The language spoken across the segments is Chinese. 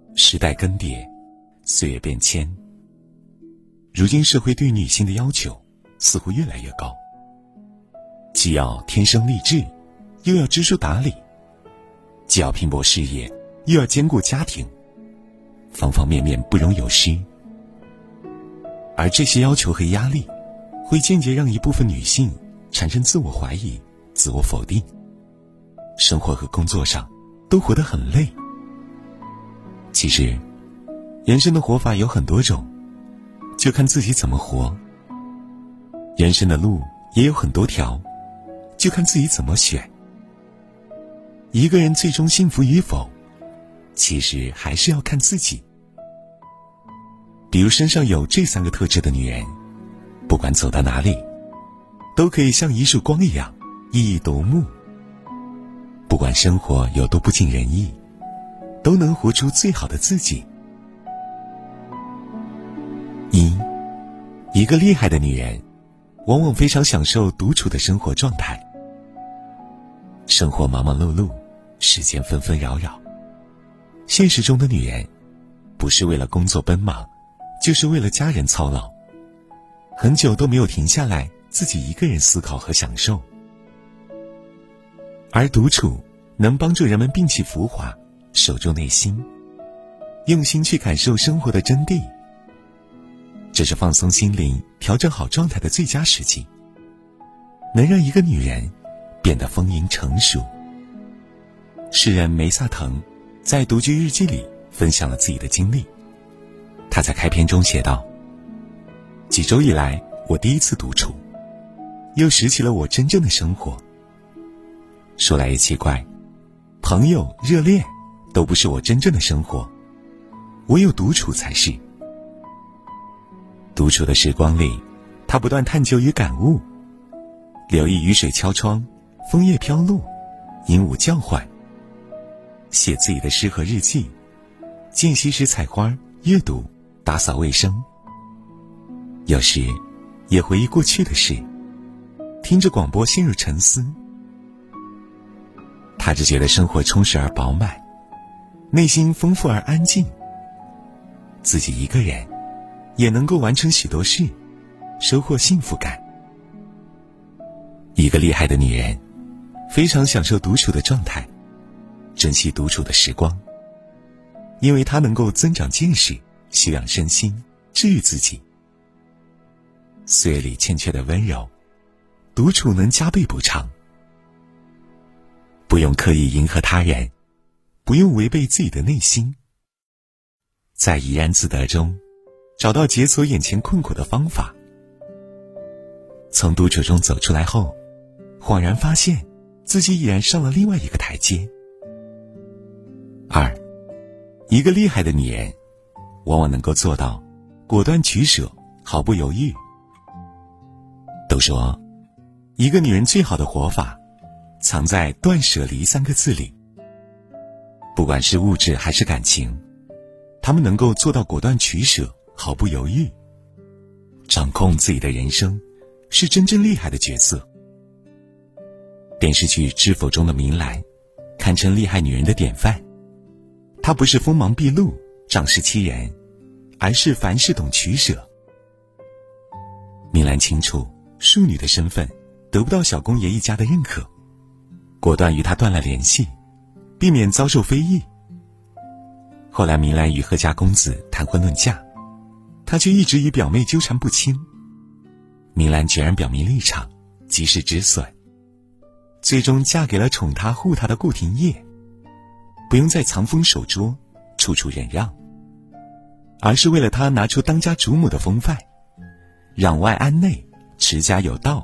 时代更迭，岁月变迁，如今社会对女性的要求似乎越来越高，既要天生丽质，又要知书达理，既要拼搏事业，又要兼顾家庭，方方面面不容有失。而这些要求和压力会间接让一部分女性产生自我怀疑、自我否定，生活和工作上都活得很累。其实人生的活法有很多种，就看自己怎么活。人生的路也有很多条，就看自己怎么选。一个人最终幸福与否，其实还是要看自己。比如身上有这3个特质的女人，不管走到哪里，都可以像一束光一样熠熠夺目。不管生活有多不尽人意，都能活出最好的自己。一个厉害的女人往往非常享受独处的生活状态。生活忙忙碌碌，时间纷纷扰扰，现实中的女人不是为了工作奔忙，就是为了家人操劳，很久都没有停下来自己一个人思考和享受。而独处能帮助人们摒弃浮华，守住内心，用心去感受生活的真谛。这是放松心灵、调整好状态的最佳时机，能让一个女人变得丰盈成熟。诗人梅萨腾在独居日记里分享了自己的经历。他在开篇中写道：几周以来，我第一次独处，又拾起了我真正的生活。说来也奇怪，朋友、热恋都不是我真正的生活，唯有独处才是。独处的时光里，他不断探究与感悟，留意雨水敲窗，枫叶飘落，鹦鹉叫唤，写自己的诗和日记，间隙时采花、阅读、打扫卫生。有时也回忆过去的事，听着广播陷入沉思。他只觉得生活充实而饱满，内心丰富而安静，自己一个人也能够完成许多事，收获幸福感。一个厉害的女人非常享受独处的状态，珍惜独处的时光，因为它能够增长见识，修养身心，治愈自己。岁月里欠缺的温柔，独处能加倍补偿。不用刻意迎合他人，不用违背自己的内心，在怡然自得中找到解锁眼前困苦的方法。从独处中走出来后，恍然发现自己已然上了另外一个台阶。2，一个厉害的女人往往能够做到果断取舍，毫不犹豫。都说一个女人最好的活法藏在断舍离3个字里。不管是物质还是感情，她们能够做到果断取舍，毫不犹豫。掌控自己的人生是真正厉害的角色。电视剧《知否》中的明兰堪称厉害女人的典范。她不是锋芒毕露、仗势欺人，而是凡事懂取舍。明兰清楚庶女的身份得不到小公爷一家的认可，果断与他断了联系，避免遭受非议。后来明兰与贺家公子谈婚论嫁，她却一直与表妹纠缠不清。明兰决然表明立场，及时止损，最终嫁给了宠她护她的顾廷烨，不用再藏锋守拙，处处忍让，而是为了他拿出当家主母的风范，攘外安内，持家有道。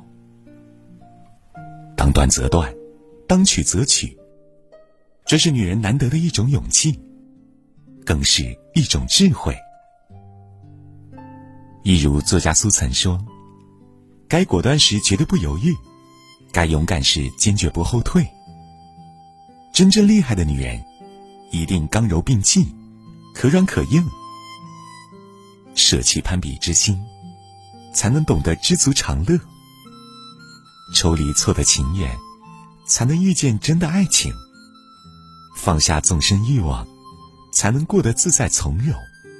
当断则断，当取则取，这是女人难得的一种勇气，更是一种智慧。一如作家苏岑说，该果断时绝对不犹豫，该勇敢时坚决不后退。真正厉害的女人一定刚柔并济，可软可硬，舍弃攀比之心，才能懂得知足常乐，抽离错的情缘，才能遇见真的爱情，放下纵深欲望， 才能过得自在从容。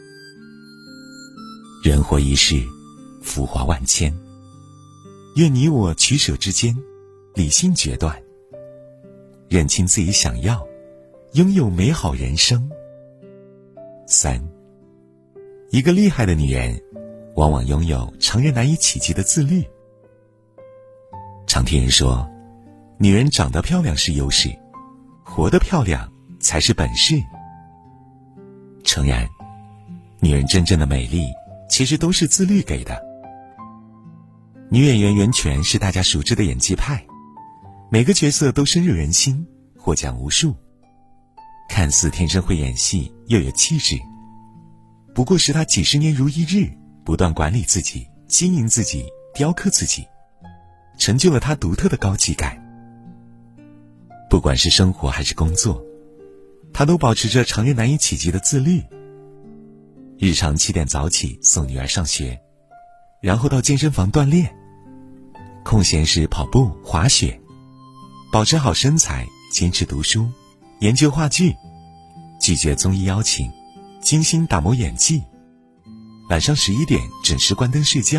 人活一世，浮华万千，愿你我取舍之间理性决断，认清自己想要，拥有美好人生。3，一个厉害的女人往往拥有常人难以企及的自律。常听人说，女人长得漂亮是优势，活得漂亮才是本事。诚然，女人真正的美丽其实都是自律给的。女演员袁泉是大家熟知的演技派，每个角色都深入人心，获奖无数，看似天生会演戏又有气质，不过是她几十年如一日不断管理自己，经营自己，雕刻自己，成就了她独特的高级感。不管是生活还是工作，她都保持着常人难以企及的自律。日常7点早起送女儿上学，然后到健身房锻炼，空闲时跑步滑雪，保持好身材，坚持读书，研究话剧，拒绝综艺邀请，精心打磨演技，晚上11点准时关灯睡觉。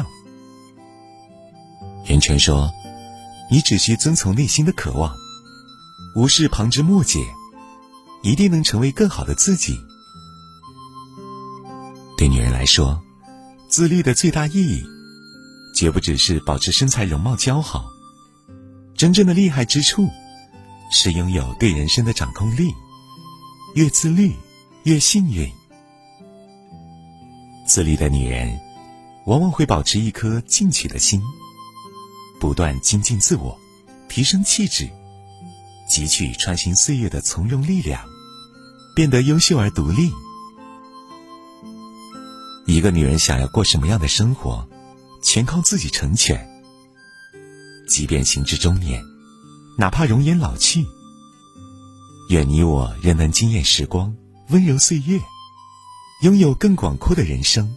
袁泉说，你只需遵从内心的渴望，无视旁枝末节，一定能成为更好的自己。对女人来说，自律的最大意义绝不只是保持身材容貌姣好，真正的厉害之处是拥有对人生的掌控力，越自律越幸运。自律的女人往往会保持一颗进取的心，不断精进自我，提升气质，汲取穿行岁月的从容力量，变得优秀而独立。一个女人想要过什么样的生活，全靠自己成全。即便行至中年，哪怕容颜老去，愿你我仍能惊艳时光，温柔岁月，拥有更广阔的人生。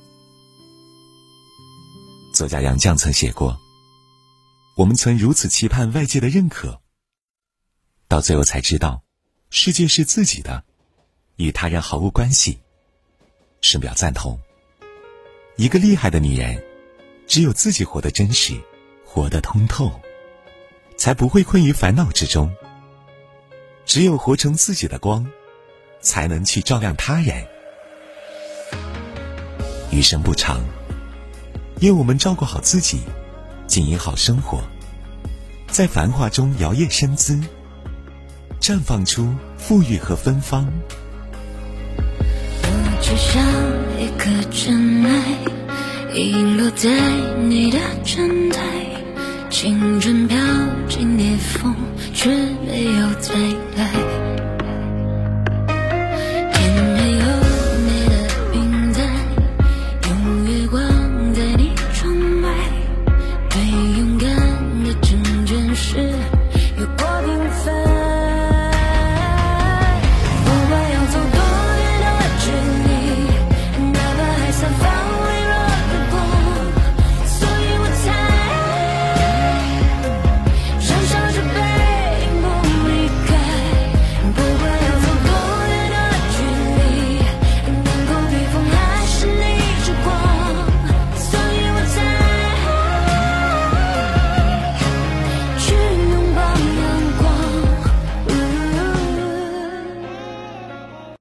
作家杨绛曾写过，我们曾如此期盼外界的认可，到最后才知道，世界是自己的，与他人毫无关系。深表赞同。一个厉害的女人，只有自己活得真实，活得通透，才不会困于烦恼之中。只有活成自己的光，才能去照亮他人。余生不长，愿我们照顾好自己，经营好生活，在繁华中摇曳身姿，绽放出富裕和芬芳。 我只像一颗尘埃，遗落在你的站台，青春飘进裂缝，却没有再来。